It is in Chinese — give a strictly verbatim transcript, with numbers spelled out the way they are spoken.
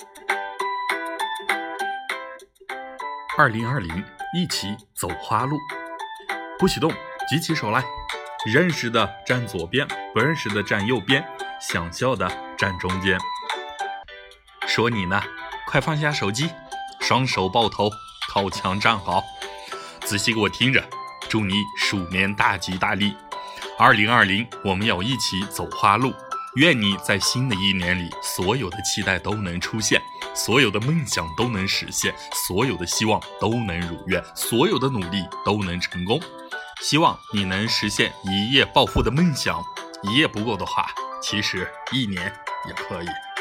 二零二零，一起走花路。不许动，举起手来。认识的站左边，不认识的站右边，想笑的站中间。说你呢，快放下手机，双手抱头，靠墙站好，仔细给我听着。祝你鼠年大吉大利。二零二零，我们要一起走花路。愿你在新的一年里，所有的期待都能出现，所有的梦想都能实现，所有的希望都能如愿，所有的努力都能成功。希望你能实现一夜暴富的梦想，一夜不够的话，其实一年也可以。